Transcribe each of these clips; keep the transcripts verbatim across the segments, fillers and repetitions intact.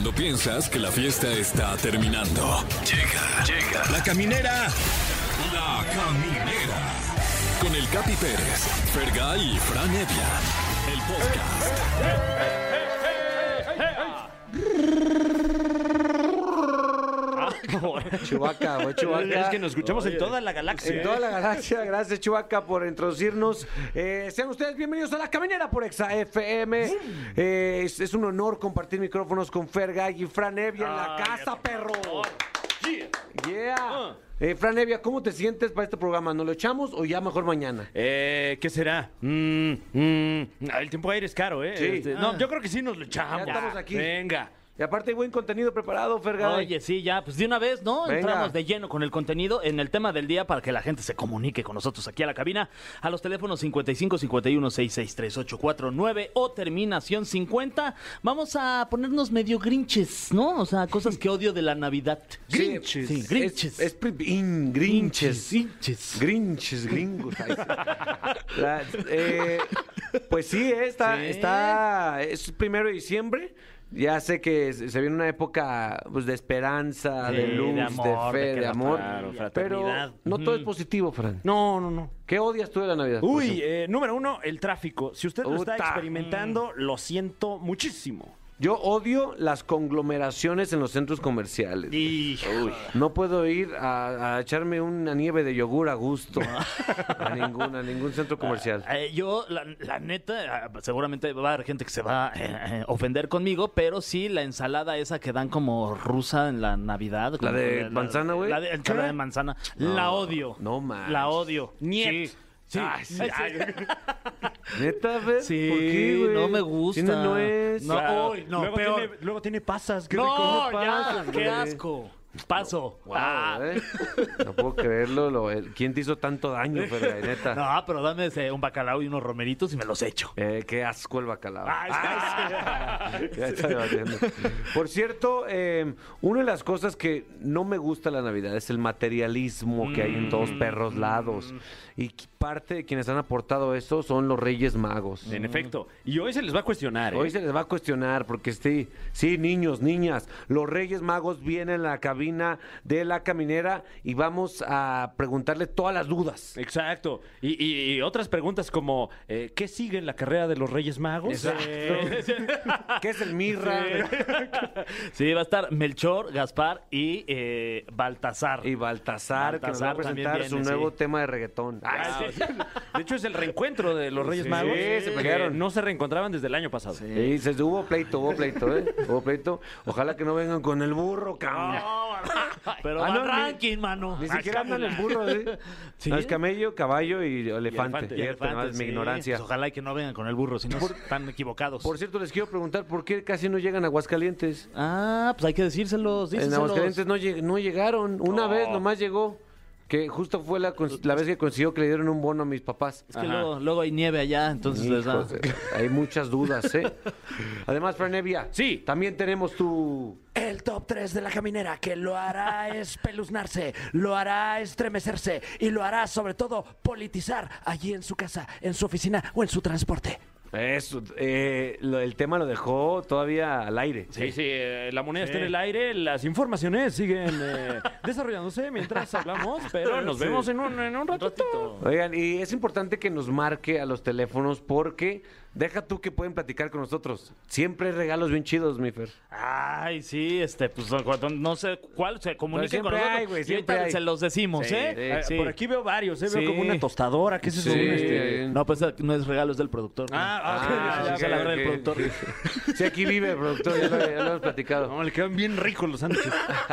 Cuando piensas que la fiesta está terminando. Llega, llega. La Caminera. La Caminera. Con el Capi Pérez, Fergay y Fran Evia. El podcast. Chewbacca, güey, Chewbacca. Es que nos escuchamos Oye, en toda la galaxia. En toda la galaxia. Gracias, Chewbacca, por introducirnos. Eh, sean ustedes bienvenidos a La Caminera por Exa F M. Eh, es, es un honor compartir micrófonos con Fergay y Fran Evia en la casa, perro. Yeah. Yeah. Uh. Eh, Fran Evia, ¿cómo te sientes para este programa? ¿Nos lo echamos o ya mejor mañana? Eh, ¿Qué será? Mm, mm, el tiempo aire es caro, ¿eh? Sí. Este, Ah. No, yo creo que sí nos lo echamos. Ya estamos aquí. Venga. Y aparte hay buen contenido preparado, Fergay. Oye, sí, ya, pues de una vez, ¿no? Venga. Entramos de lleno con el contenido en el tema del día para que la gente se comunique con nosotros aquí a la cabina. A los teléfonos cincuenta y cinco cincuenta y uno sesenta y seis treinta y ocho cuarenta y nueve o terminación cincuenta. Vamos a ponernos medio grinches, ¿no? O sea, cosas que odio de la Navidad. Sí, Grinches. Sí, Es, grinches. es pri- in- grinches. Grinches. Grinches, gringos. Ay, sí. La- eh, pues sí, eh, está, Sí. está, es primero de diciembre. Ya sé que se se viene una época pues, de esperanza, Sí, de de luz, de, amor, fe, de de, que la amor. Claro, pero fraternidad. no todo Ujú. es positivo, Fran. No, no, no. ¿Qué odias tú de la Navidad? por Uy, ejemplo? eh, número uno, el tráfico. Si usted lo está Uta. experimentando, lo siento muchísimo. Yo odio las conglomeraciones en los centros comerciales. Y... No puedo ir a, a echarme una nieve de yogur a gusto a ningún, a ningún centro comercial. Eh, yo, la, la neta, eh, seguramente va a haber gente que se va a eh, ofender conmigo, pero sí la ensalada esa que dan como rusa en la Navidad. como de manzana, güey? La de ensalada de manzana. la odio. no manches. La odio. Niet. Sí. Sí. Ay, sí. Ay, ¿Neta, ves? sí, ¿Por qué, güey? no me gusta. Tiene nuez. No, Claro. uy, no, luego, peor. Tiene, luego tiene pasas. Qué No, rico. ¿qué ya, pasa, qué güey? asco. Paso. Wow, Ah. ¿eh? No puedo creerlo. Lo- el- ¿Quién te hizo tanto daño, Fergay, neta? No, pero dame ese, un bacalao y unos romeritos y me los echo. Eh, qué asco el bacalao. Ay, ay, Ya está debatiendo. Por cierto, eh, una de las cosas que no me gusta de la Navidad es el materialismo que hay en todos perros lados. Y qui- parte de quienes han aportado eso son los Reyes Magos. En efecto. Y hoy se les va a cuestionar, ¿eh? Hoy se les va a cuestionar porque sí, sí, niños, niñas, los Reyes Magos vienen a la cabina de La Caminera y vamos a preguntarle todas las dudas. Exacto. Y, y- y otras preguntas como, eh, ¿qué sigue en la carrera de los Reyes Magos? Eh, ¿Qué es el mirra? Sí, va a estar Melchor, Gaspar y eh, Baltasar. Y Baltasar, que nos va a Baltasar también presentar su viene, nuevo sí. tema de reggaetón. Ay, Ah, sí. sí. De hecho, es el reencuentro de los Reyes Sí, Magos. se que pelearon. No se reencontraban desde el año pasado. Sí, se, hubo pleito, hubo pleito, ¿eh? Hubo pleito. Ojalá que no vengan con el burro, cabrón. Pero Ah, va no, ni- ranking, mano. Ni siquiera andan en burro, ¿eh? ¿Sí? No, es camello, caballo y elefante. elefante. Cierto, Elefantes, nada más mi sí. ignorancia. Pues ojalá y que no vengan con el burro, si no están equivocados. Por cierto, les quiero preguntar por qué casi no llegan a Aguascalientes. Ah, pues hay que decírselos, En díceselos. Aguascalientes no, lleg- no llegaron. Una Oh. vez nomás llegó. Que justo fue la, cons- la vez que consiguió que le dieron un bono a mis papás. Es que luego, luego hay nieve allá, entonces les da... Hijos de- hay muchas dudas, ¿eh? Además, Fran Evia, Sí. también tenemos tu... El top tres de la caminera que lo hará espeluznarse, lo hará estremecerse y lo hará sobre todo politizar allí en su casa, en su oficina o en su transporte. Eso, eh, lo- el tema lo dejó todavía al aire. Sí, sí, eh, la moneda está en el aire, las informaciones siguen eh, desarrollándose mientras hablamos, pero nos Sí. vemos en un, en un ratito. Oigan, y es importante que nos marque a los teléfonos porque deja tú que pueden platicar con nosotros. Siempre hay regalos bien chidos, mi Fer. Ay, sí, este, pues cuando- no sé cuál, se comuniquen con siempre nosotros. hay, güey, y siempre ahorita hay. se los decimos, Sí, ¿eh? sí. Eh, Por aquí veo varios, ¿eh? Sí. Veo como una tostadora, ¿qué es eso? Sí. Un, este- No, pues no es regalo, es del productor. Ah, ah, ok, Ah, ya, sí, ya, se la ok, agarra el ok. productor. Sí, aquí vive el productor, ya lo, ya lo hemos platicado. No, le quedan bien ricos los sándwiches.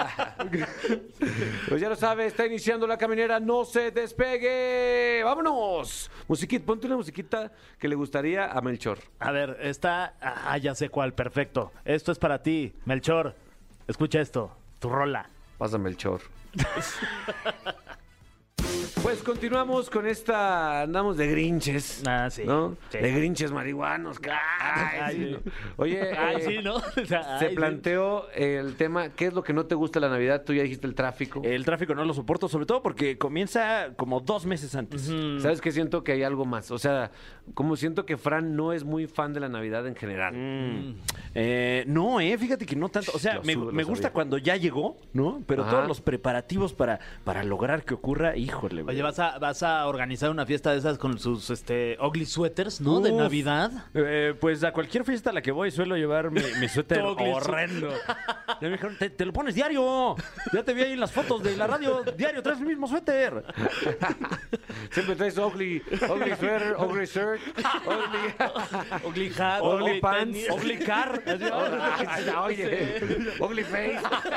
Pues ya lo sabe, está iniciando La Caminera, no se despegue. ¡Vámonos! Musiquita, ponte una musiquita que le gustaría a Melchor. A ver, está... Ah, ya sé cuál, perfecto. Esto es para ti, Melchor. Escucha esto, tu rola. Pasa Melchor. Pues continuamos con esta, andamos de grinches. Ah, sí. ¿No? Sí. De grinches marihuanos. Ay, Ay, sí, sí. ¿no? Oye, Ay, eh, sí, ¿no? O sea, se ay, sí. planteó el tema, ¿qué es lo que no te gusta de la Navidad? Tú ya dijiste el tráfico. El tráfico no lo soporto, sobre todo porque comienza como dos meses antes. Mm. ¿Sabes qué? Siento que hay algo más. O sea, como siento que Fran no es muy fan de la Navidad en general. Mm. Eh, no, eh, fíjate que no tanto. O sea, Lo me, sudo, lo me gusta sabía. cuando ya llegó, ¿no? Pero Ajá. todos los preparativos para, para lograr que ocurra, híjole, güey. Oye, vas a, vas a organizar una fiesta de esas con sus este ugly sweaters, ¿no? De Uf. Navidad. Eh, pues a cualquier fiesta a la que voy suelo llevar mi, mi suéter Tu ugly horrendo. Ya me dijeron, te, te lo pones diario. Ya te vi ahí en las fotos de la radio. Diario traes el mismo suéter. Siempre traes ugly, ugly sweater, ugly shirt, ugly, Ugly hat, ugly pants, tenis. Ugly car. Así, Ay, oye, ugly face.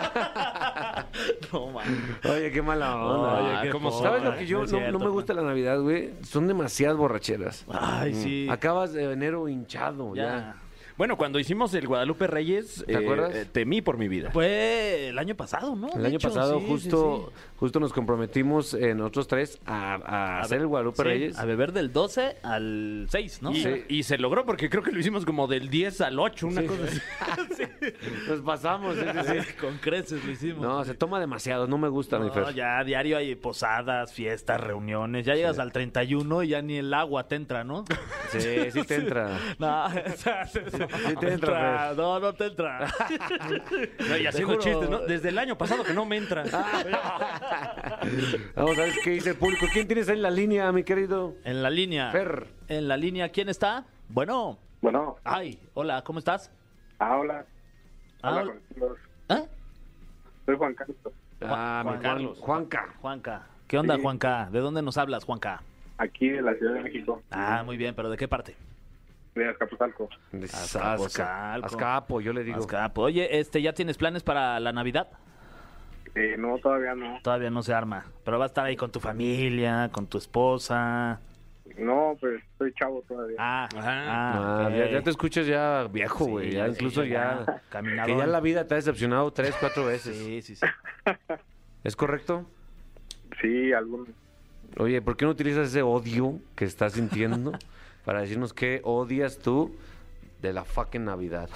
No, man. Oye, qué mala onda. Oye, Oye, qué ¿cómo poca, ¿Sabes lo que no yo es no, cierto, no me gusta de la Navidad, güey? Son demasiadas borracheras. Ay, sí. Acabas de enero hinchado, ya. Ya. Bueno, cuando hicimos el Guadalupe Reyes, ¿Te eh, acuerdas? eh, temí por mi vida. Fue el año pasado, ¿no? El De año hecho, pasado sí, justo, sí, sí. justo nos comprometimos eh, nosotros tres a, a hacer el Guadalupe Sí, Reyes. a beber del doce al seis, ¿no? Y, Sí. y se logró porque creo que lo hicimos como del diez al ocho, una Sí. cosa así. Nos pasamos. sí, sí, sí. Con creces lo hicimos. No, se toma demasiado, no me gusta, mi No, Fer. ya diario hay posadas, fiestas, reuniones. Ya llegas al treinta y uno y ya ni el agua te entra, ¿no? Sí, sí te entra. No, o sea, sí, te entra, No, no te entra. No, y haciendo juro. chistes, ¿no? Desde el año pasado que no me entra. Vamos a ver qué dice el público. ¿Quién tienes ahí en la línea, mi querido? En la línea. Fer. En la línea, ¿quién está? Bueno. Bueno, Ay, hola, ¿cómo estás? ah, hola. Ah, Hola, Carlos. ¿eh? Soy Juan Carlos. Ah, mi Juan Juan, Carlos. Juanca. Juanca. ¿Qué onda, Sí. Juanca? ¿De dónde nos hablas, Juanca? Aquí de la Ciudad de México, Ah, muy bien, pero ¿de qué parte? de Azcapotzalco. De Azcapotzalco. Azca. Azcapo, yo le digo. Azcapo. Oye, este, ¿ya tienes planes para la Navidad? Eh, no, todavía no. Todavía no se arma, pero va a estar ahí con tu familia, con tu esposa. No, pues soy chavo todavía. Ah, Ah, ah, ya, ok. ya te escuchas ya viejo, Sí, güey. ya sí, incluso ya, ya. caminador. Que ya la vida te ha decepcionado tres, cuatro veces. Sí, sí, sí. ¿Es correcto? Sí, algún. Oye, ¿por qué no utilizas ese odio que estás sintiendo para decirnos qué odias tú de la fucking Navidad?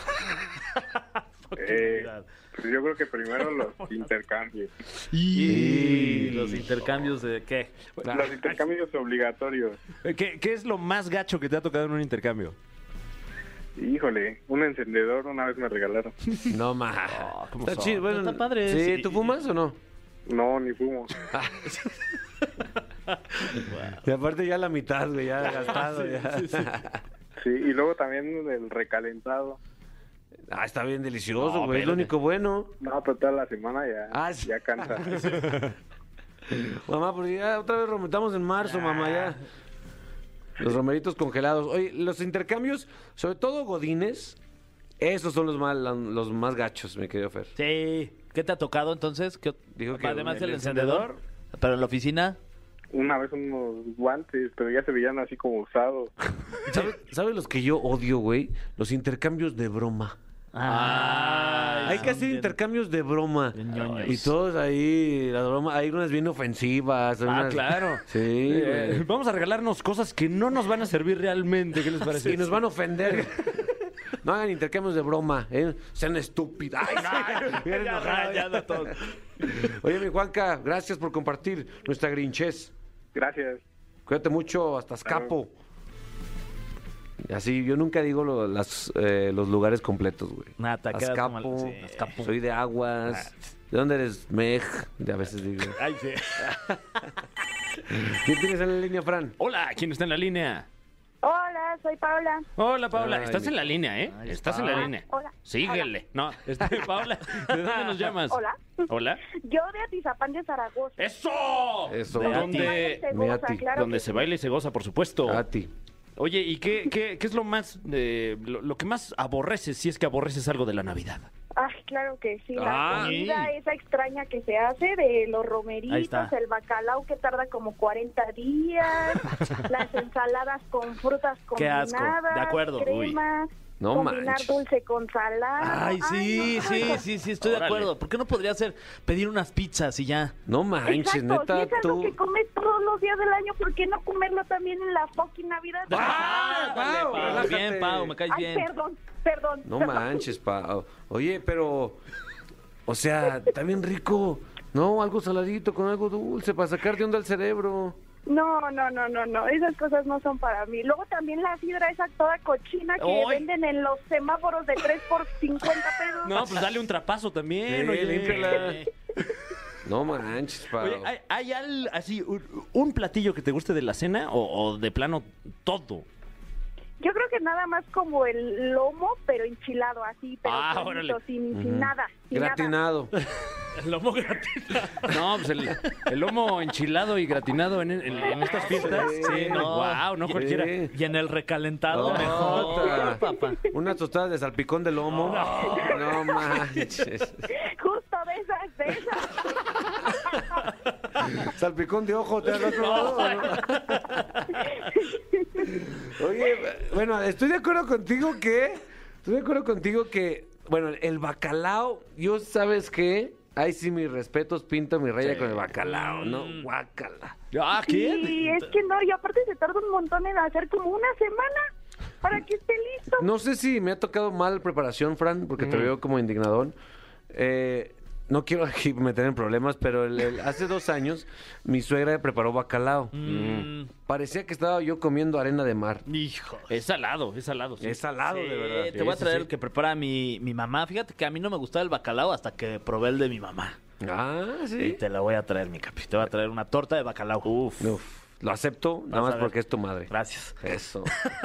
Eh, pues yo creo que primero los intercambios. Y los intercambios de qué? Los intercambios obligatorios. ¿Qué, ¿Qué es lo más gacho que te ha tocado en un intercambio? Híjole, un encendedor una vez me regalaron. No más. ¿cómo Está son? chido. Bueno, Está padre, ¿Sí? sí. ¿Tú fumas o no? No, ni fumo. Y aparte ya la mitad, güey, ya gastado. ya. Sí, y luego también el recalentado. Ah, está bien delicioso, No, güey. Es lo espérate. único bueno. No, pero toda la semana ya, Ah, sí. ya cansa. Mamá, porque ya otra vez romentamos en marzo, mamá, ya. Los romeritos congelados. Oye, los intercambios, sobre todo godines, esos son los más, los más gachos, mi querido Fer. Sí. ¿Qué te ha tocado entonces? ¿Qué- Dijo que Además el del encendedor. ¿Pero en la oficina? Una vez unos guantes, pero ya se veían así como usados. ¿Sabes ¿sabe los que yo odio, güey? Los intercambios de broma. Ay, Hay que son hacer bien- intercambios de broma. bien ñoños. Y todos ahí, las bromas, hay unas bien ofensivas. Ah, unas- claro. Sí, Eh, güey. vamos a regalarnos cosas que no nos van a servir realmente. ¿Qué les parece? Y nos van a ofender. No hagan intercambios de broma, ¿eh? Sean estúpidos. Ay, sí. Bien Ya enojado. rayado todo. Oye, mi Juanca, gracias por compartir nuestra grinchez. Gracias. Cuídate mucho, hasta Azcapo. Así, yo nunca digo lo- las, eh, los lugares completos, güey. Nata, quedas como Azcapo, el- sí, Azcapo. soy de Aguas. ¿De dónde eres? Mej, de a veces digo. Ay, sí. ¿Quién tienes en la línea, Fran? Hola, ¿quién está en la línea? Hola, soy Paola. Hola, Paula. Ay, Estás mi- en la línea, ¿eh? Ahí Estás está. en la línea. Hola. Síguele. No, este, Paula, ¿de dónde nos llamas? Hola. Hola. Yo de Atizapán de Zaragoza. ¡Eso! Eso. De ¿Dónde, Se me goza, ati- claro donde que se sí. baila y se goza, por supuesto. A ti. Oye, ¿y qué, qué, qué es lo más, eh, lo, lo que más aborreces, si es que aborreces algo de la Navidad? Ay, claro que sí. La Ah. comida esa extraña que se hace de los Ahí romeritos, está. el bacalao que tarda como cuarenta días, las ensaladas con frutas Qué combinadas, asco. De acuerdo. crema. No combinar manches. dulce con salado. Ay, sí, no. sí, sí, sí, estoy de Órale. acuerdo. ¿Por qué no podría ser pedir unas pizzas y ya? No manches, Exacto, neta, si es algo tú. que comes todos los días del año, ¿por qué no comerlo también en la fucking Navidad? ¡Ah, Pau, Pau, relájate! bien, Pau, me caes Ay, bien. perdón, perdón. No perdón. manches, Pau. Oye, pero. O sea, está bien rico. No, algo saladito con algo dulce para sacar de onda el cerebro. No, no, no, no, no, esas cosas no son para mí. Luego también la sidra esa toda cochina que ¡Ay! venden en los semáforos de tres por cincuenta pesos. No, pues dale un trapazo también. Sí, oye. límpiala. No manches, Pau. Oye, ¿hay, hay al- así un, un platillo que te guste de la cena o, o de plano todo? Yo creo que nada más como el lomo, pero enchilado así, pero Ah, solito, órale. sin, sin nada, sin nada. Gratinado. El lomo gratinado. No, pues el, el lomo enchilado y gratinado en, en- en estas fiestas. Sí, Sí, no, no. wow, no cualquiera. Sí. Y en el recalentado, Otra. mejor, papá. Unas tostadas de salpicón de lomo. No, manches. Justo de esas, de esas. Salpicón de ojo, ¿te has probado? Oye, bueno, estoy de acuerdo contigo que. Estoy de acuerdo contigo que. Bueno, el bacalao, yo, ¿sabes qué? Ahí sí, mis respetos, pinto mi raya con el bacalao, ¿no? Guácala. Ah, ¿qué? Sí, es que no, y aparte se tarda un montón en hacer como una semana para que esté listo. No sé si me ha tocado mal preparación, Fran, porque te veo como indignadón. Eh, no quiero aquí meter en problemas, pero el- el- hace dos años mi suegra preparó bacalao. Mm, Parecía que estaba yo comiendo arena de mar. hijo. Es salado, es salado. sí. Es salado, de verdad. Eh, te voy a Sí, sí, traer sí. el que prepara mi, mi mamá. Fíjate que a mí no me gustaba el bacalao hasta que probé el de mi mamá. Ah, Y sí. te la voy a traer, mi capi. Te voy a traer una torta de bacalao. Uf. Uf, lo acepto, nada Vas a más ver. porque es tu madre. Gracias. Eso.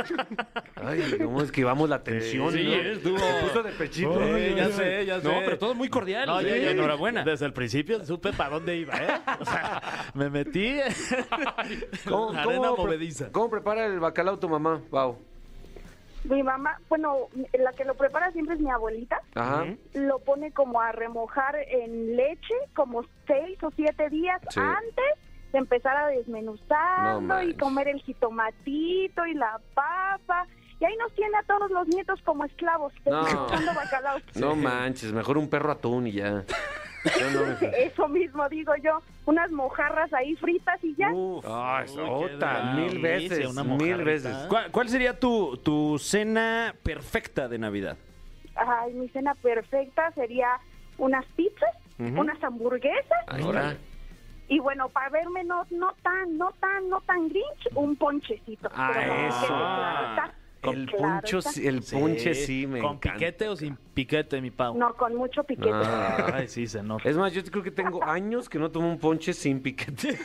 Ay, cómo esquivamos la tensión, Sí, ¿no? estuvo- Se puso de pechito. Ay, ya sé, ya sé. No, pero todo muy cordial. No, sí, yo- yo- enhorabuena. Desde el principio supe para dónde iba, ¿eh? O sea, me metí ¿Cómo, arena cómo pre- movediza. ¿Cómo prepara el bacalao tu mamá, Pau? Mi mamá, bueno, la que lo prepara siempre es mi abuelita. Ajá. Lo pone como a remojar en leche como seis o siete días Sí. antes de empezar a desmenuzarlo No y manches. comer el jitomatito y la papa. Y ahí nos tiene a todos los nietos como esclavos, No. desmenuzando bacalao. No manches, mejor un perro atún y ya. Yo no me- Eso mismo digo yo, unas mojarras ahí fritas y ya. Uf. Ay, Uy, otra, qué mil delicia, veces, una mil mojarrita. veces. ¿Cuál, cuál sería tu, tu cena perfecta de Navidad? Ay, mi cena perfecta sería unas pizzas, Ujú. unas hamburguesas Ahí está. y bueno, para verme no no tan, no tan, no tan grinch, un ponchecito. Ah, Pero con eso. piquete, claro está. El Claro poncho, está. sí, el ponche sí me ¿Con encanta. piquete o sin piquete, mi Pau? No, con mucho piquete. Ah. Ay, sí, se nota. Es más, yo creo que tengo años que no tomo un ponche sin piquete.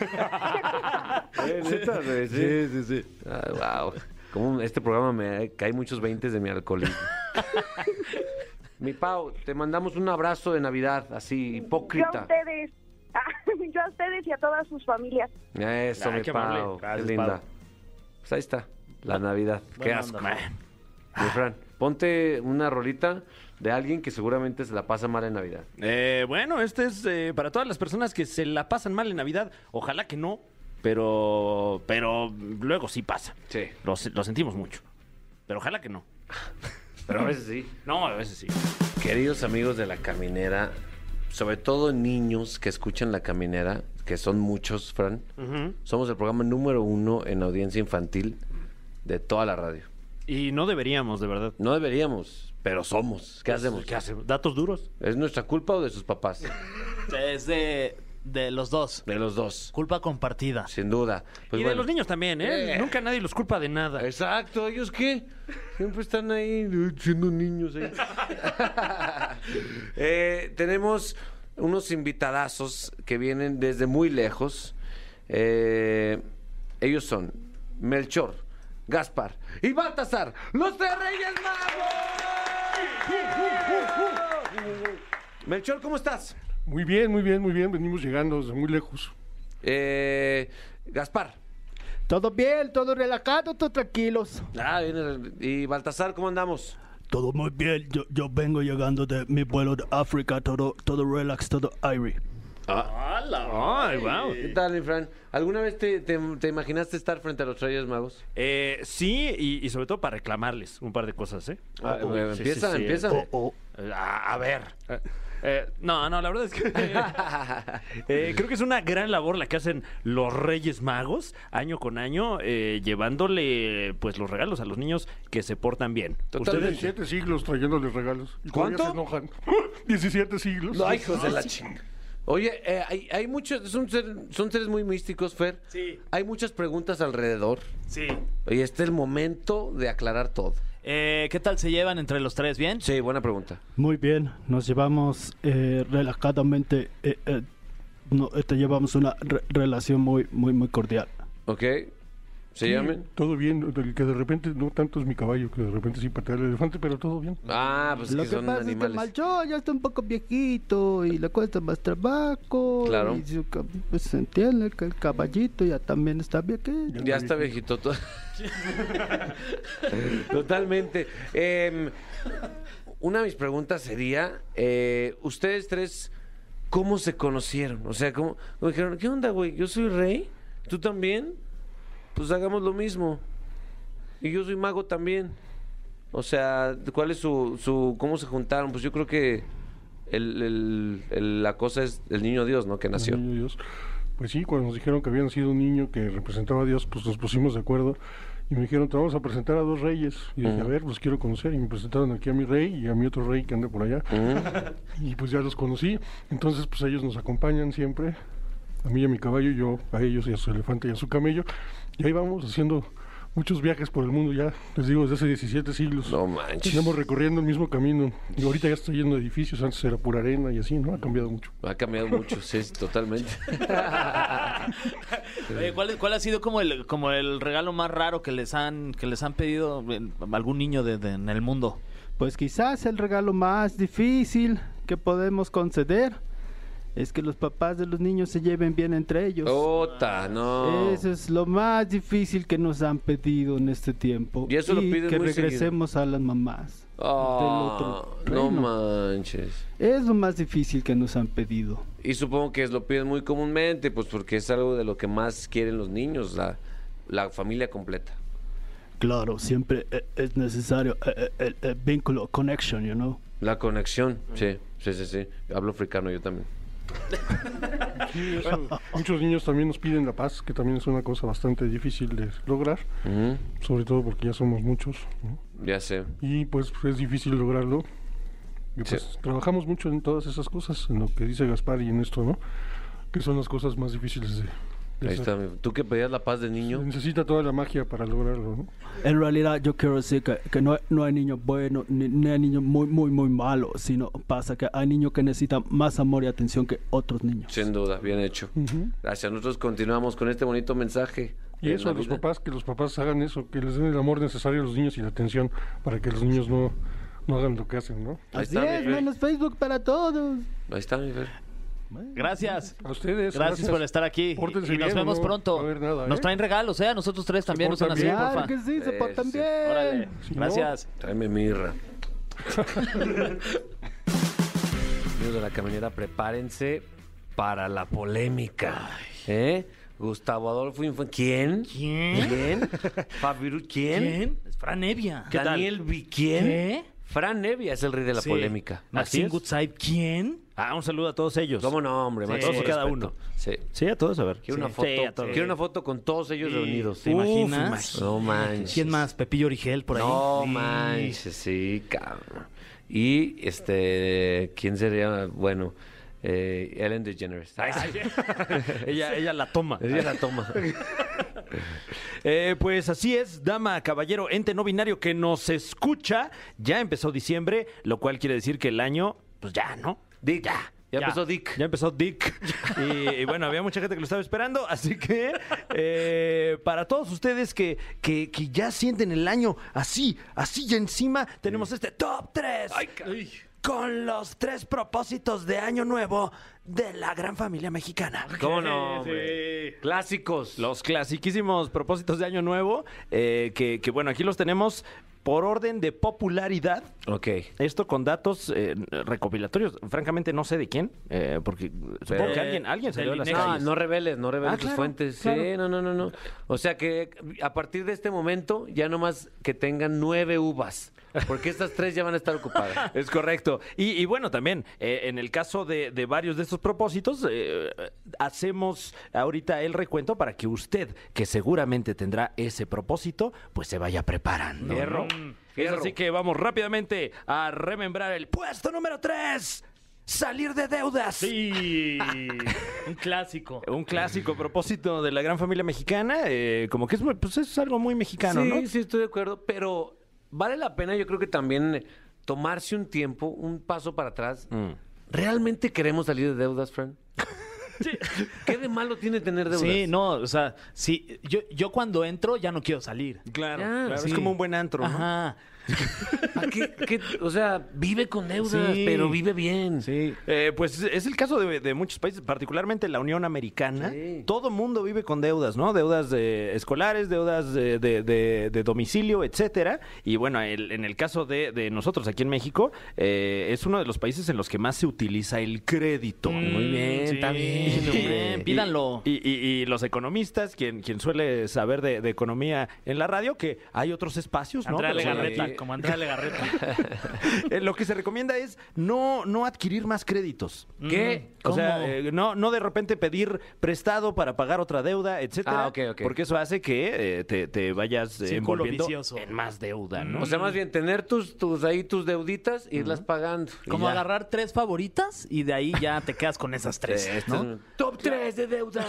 Eh, neta, güey, sí, sí, sí. Wow. Como este programa me cae muchos veintes de mi alcoholismo. Mi Pau, te mandamos un abrazo de Navidad, así, Yo a hipócrita. ustedes, yo a ustedes y a todas sus familias. Eso, Ay, mi qué amable. Pau. Gracias, Qué linda. Pau. Pues ahí está, la Navidad. Qué Buena asco. onda, Mi Fran, ponte una rolita de alguien que seguramente se la pasa mal en Navidad. Eh, bueno, este es eh, para todas las personas que se la pasan mal en Navidad. Ojalá que no, pero, pero luego sí pasa. Sí. Lo, se- lo sentimos mucho. Pero ojalá que no. Pero a veces sí. No, a veces sí. Queridos amigos de La Caminera, sobre todo niños que escuchan La Caminera, que son muchos, Fran, somos el programa número uno en audiencia infantil de toda la radio. Y no deberíamos, de verdad. No deberíamos, pero somos. ¿Qué hacemos? ¿Qué hacemos? ¿Datos duros? ¿Es nuestra culpa o de sus papás? Es de, de los dos. De los dos, Culpa compartida. sin duda. Pues y de bueno. los niños también, ¿eh? Eh. Nunca nadie los culpa de nada. Exacto, ¿ellos qué? Siempre están ahí eh, siendo niños. ahí. Eh, tenemos unos invitadazos que vienen desde muy lejos. Eh, ellos son Melchor, Gaspar y Baltasar, los tres Reyes Magos. Melchor, ¿cómo estás? Muy bien, muy bien, muy bien. Venimos llegando desde muy lejos. Eh, Gaspar. Todo bien, todo relajado, todo tranquilos. Ah, viene- y Baltasar, ¿cómo andamos? Todo muy bien. Yo, yo vengo llegando de mi vuelo de África, todo, todo relax, todo airy. Ay, wow. ¿Qué tal, mi Fran? ¿Alguna vez te, te- te imaginaste estar frente a los Reyes Magos? Eh, sí, y, y sobre todo para reclamarles un par de cosas, ¿eh? Ah, Oh, eh, sí, empieza, sí, sí. empieza. Oh, oh. Eh, A, a ver. Eh, eh, no, no, la verdad es que eh, creo que es una gran labor la que hacen los Reyes Magos año con año, eh, llevándole pues los regalos a los niños que se portan bien. Totalmente. diecisiete siglos trayéndoles regalos. Y todavía ¿Cuánto? se enojan. diecisiete siglos. No, hijos de la chinga. Oye, eh, hay, hay muchos, son, ser- son seres muy místicos, Fer. Sí. Hay muchas preguntas alrededor. Sí. Oye, este es el momento de aclarar todo. Eh, ¿Qué tal se llevan entre los tres? ¿Bien? Sí, buena pregunta. Muy bien, nos llevamos eh, relajadamente, eh, eh, no, eh, te llevamos una re- relación muy, muy, muy cordial. ¿Ok? ¿Se Sí, llaman? todo bien. El que de repente, no tanto es mi caballo, que de repente sí patea el elefante, pero todo bien. Ah, pues Lo que que son pasa es que animales. el Malchón ya está un poco viejito y le cuesta más trabajo. Claro. Y su ca- pues se entiende que el caballito ya también está viejito. Ya está viejito. to- Totalmente. Em, una de mis preguntas sería, eh, ustedes tres, ¿cómo se conocieron? O sea, ¿cómo, cómo dijeron, ¿qué onda, güey? Yo soy rey, ¿tú también? Pues hagamos lo mismo. Y yo soy mago también. O sea, ¿cuál es su, su cómo se juntaron? Pues yo creo que el, el- el- la cosa es el niño Dios, ¿no? Que nació. El niño Dios. Pues sí, cuando nos dijeron que habían sido un niño que representaba a Dios, pues nos pusimos de acuerdo y me dijeron, te vamos a presentar a dos reyes. Y dije, Ujú. a ver, los quiero conocer. Y me presentaron aquí a mi rey y a mi otro rey que anda por allá. Y pues ya los conocí. Entonces, pues ellos nos acompañan siempre. A mí y a mi caballo, yo a ellos y a su elefante y a su camello. Y ahí vamos haciendo muchos viajes por el mundo ya, les digo, desde hace diecisiete siglos. No manches. Estamos recorriendo el mismo camino. Y ahorita ya está lleno de edificios, antes era pura arena y así, ¿no? Ha cambiado mucho. Ha cambiado mucho, sí, totalmente. Oye, ¿cuál, cuál ha sido como el como el regalo más raro que les han que les han pedido en- algún niño de- de- en el mundo? Pues quizás el regalo más difícil que podemos conceder es que los papás de los niños se lleven bien entre ellos. Ota, no. Eso es lo más difícil que nos han pedido en este tiempo. Y eso lo piden que muy regresemos a las mamás. Ah, del otro no reino. manches. Es lo más difícil que nos han pedido. Y supongo que es lo piden muy comúnmente, pues porque es algo de lo que más quieren los niños, la, la familia completa. Claro, siempre eh, es necesario eh, eh, el, el vínculo, connection, you know. La conexión, sí, sí, sí, sí. Hablo africano yo también. Sí, eso. Muchos niños también nos piden la paz, que también es una cosa bastante difícil de lograr, Ujú, sobre todo porque ya somos muchos, ¿no? ya sé. Y pues es difícil lograrlo. Y pues Sí. trabajamos mucho en todas esas cosas, en lo que dice Gaspar y en esto, ¿no? Que son las cosas más difíciles de, de Ahí hacer. está. mi- Tú que pedías la paz de Se niño. necesita toda la magia para lograrlo, ¿no? En realidad yo quiero decir que, que no, hay- no hay niños buenos ni, ni hay niños muy, muy, muy malos, sino pasa que hay niños que necesitan más amor y atención que otros niños. Sin duda, bien hecho. Ujú. Gracias. Nosotros continuamos con este bonito mensaje. Y de eso, a los Navidad. papás, que los papás hagan eso, que les den el amor necesario a los niños y la atención para que los niños no, no hagan lo que hacen, ¿no? Ahí Así está, es, mi Fer. menos Facebook para todos. Ahí está, mi Fer. Gracias. A ustedes. Gracias por estar aquí. Pórtense Y nos bien, vemos no pronto. va a haber nada, Nos ¿eh? traen regalos, ¿eh? A nosotros tres también nos son portan así, bien. porfa. Claro que sí, se Eh, portan sí. bien. Órale. Si no- Gracias. Tráeme mirra. Amigos de la caminera, prepárense para la polémica. ¿Eh? Gustavo Adolfo Infante. ¿Quién? ¿Quién? ¿Quién? Fabiru, ¿quién? ¿Quién? Es Fran Evia. Daniel Vi, ¿quién? ¿Qué? Fran Nevia es el rey de la Sí. polémica. Maxine es. Goodside. ¿Quién? Ah, un saludo a todos ellos. ¿Cómo no, hombre? Sí. Máximo Todos y cada respeto. uno. Sí. Sí, a todos, a ver. Quiero una Sí. foto. Sí, a todos. Quiero una foto con todos ellos reunidos. ¿Te imaginas? imagínate. No manches. ¿Quién más? Pepillo Origel por ahí. No Sí. manches, sí, cabrón. Y este, ¿quién sería? Bueno, eh, Ellen DeGeneres. Ay, sí. ella, ella la toma. Ella la toma. Eh, pues así es, dama, caballero, ente no binario que nos escucha. Ya empezó diciembre, lo cual quiere decir que el año, pues ya, ¿no? Dick. Ya. Ya empezó Dick. Ya empezó Dick. Y, y bueno, había mucha gente que lo estaba esperando. Así que eh, para todos ustedes que, que, que ya sienten el año así, así ya encima, tenemos este top tres. Con los tres propósitos de año nuevo de la gran familia mexicana. ¿Cómo no, hombre? Clásicos. Los clasiquísimos propósitos de año nuevo, eh, que, que bueno, aquí los tenemos por orden de popularidad. Ok. Esto con datos eh, recopilatorios. Francamente, no sé de quién, eh, porque supongo que alguien, alguien salió de las No, calles. no reveles, no reveles Ah, tus claro, fuentes. claro. Sí, no, no, no, no. O sea que a partir de este momento ya nomás que tengan nueve uvas, porque estas tres ya van a estar ocupadas. Es correcto. Y, y bueno, también, eh, en el caso de, de varios de estos propósitos, eh, hacemos ahorita el recuento para que usted, que seguramente tendrá ese propósito, pues se vaya preparando. Fierro, ¿no? fierro. Es así que vamos rápidamente a remembrar el puesto número tres. Salir de deudas. Sí, un clásico. Un clásico propósito de la gran familia mexicana, eh, como que es, muy- pues es algo muy mexicano, sí, ¿no? sí, estoy de acuerdo, pero vale la pena, yo creo que también tomarse un tiempo, un paso para atrás. Mm. ¿Realmente queremos salir de deudas, Fran? ¿Qué de malo tiene tener deudas? Sí, no, o sea, sí, yo, yo cuando entro ya no quiero salir. Claro, Ya, claro, sí. es como un buen antro, ¿no? Ajá. ¿Para qué- qué? O sea, vive con deudas, Sí. pero vive bien. Sí. Eh, pues es el caso de, de muchos países, particularmente la Unión Americana. Sí. Todo mundo vive con deudas, ¿no? Deudas eh, escolares, deudas de, de- de- de domicilio, etcétera. Y bueno, el- en el caso de, de nosotros aquí en México, eh, es uno de los países en los que más se utiliza el crédito. Muy bien, está bien, hombre. Bien, pídanlo. Y, y- y los economistas, quien, quien suele saber de, de economía en la radio, que hay otros espacios, ¿no? Andrea Pero- Legarreta, sí. como Andrea Legarreta. Eh, lo que se recomienda es no, no adquirir más créditos. ¿Qué? O sea, ¿Cómo? eh, no, no de repente pedir prestado para pagar otra deuda, etcétera. Ah, ok, ok. Porque eso hace que eh, te, te vayas eh, Círculo envolviendo vicioso. en más deuda, ¿no? O sea, más bien tener tus, tus ahí tus deuditas e irlas pagando. Y Como ya. agarrar tres favoritas y de ahí ya te quedas con esas tres, Este ¿no? es un top tres de deudas.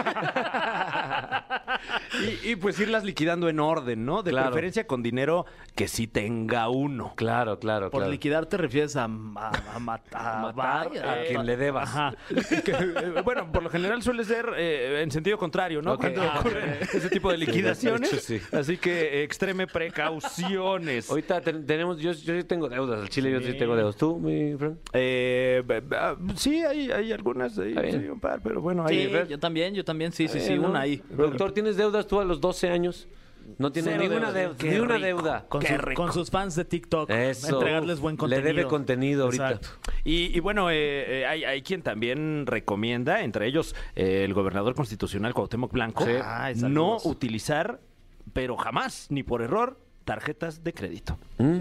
y, y, pues irlas liquidando en orden, ¿no? De Claro. preferencia con dinero que sí tenga uno. Claro, claro, Por claro. liquidar te refieres a, a, a matar, A matar a eh, quien le debas. Ajá. Que, eh, bueno, por lo general suele ser eh, en sentido contrario, ¿no? Ok. Cuando Ah, ocurren ese tipo de liquidaciones. de hecho, sí. Así que eh, extreme precauciones. Ahorita ten- tenemos, yo, yo sí tengo deudas. Al Chile yo sí tengo deudas. ¿Tú, mi friend? Eh, b- b- ah, sí, hay, hay algunas, ahí, Está bien. sí, un par, pero bueno, Sí, hay... yo también, yo también, sí, sí, sí, Eh, ¿no? una ahí. Doctor, ¿tienes deudas tú a los doce años? No tienes Cero ninguna deudas. deuda. Qué Ni una rico. deuda. Con, Qué su- rico. con sus fans de TikTok. Eso. Entregarles buen Le contenido. debe contenido ahorita. Exacto. Y, y bueno, eh, eh, hay, hay quien también recomienda, entre ellos eh, el gobernador constitucional Cuauhtémoc Blanco, Sí. Ay, no saludos. utilizar, pero jamás, ni por error, tarjetas de crédito.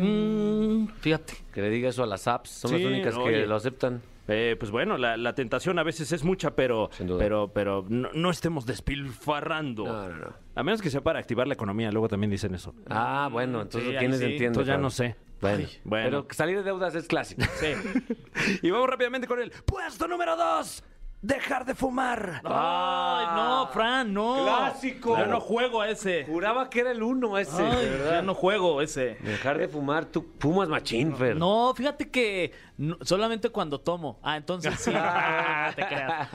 Mm, fíjate. Que le diga eso a las apps. Son Sí, las únicas oye. que lo aceptan. Eh, pues bueno, la, la tentación a veces es mucha, pero, Sin duda. pero, pero no, no estemos despilfarrando. No, no, no. A menos que sea para activar la economía, luego también dicen eso. Ah, bueno, entonces Sí, ahí ¿quiénes sí. entienden? Entonces ya Fran? no sé. Bueno, Ay, bueno. pero salir de deudas es clásico. Sí. Y vamos rápidamente con el puesto número dos. Dejar de fumar. Ay, no, Fran, no. Clásico. Yo no juego a ese. Juraba que era el uno ese, Ay, ¿verdad? yo no juego ese. Dejar de fumar, tú fumas machín, Fer. No, fíjate que no- solamente cuando tomo. Ah, entonces sí. Ah, te creas.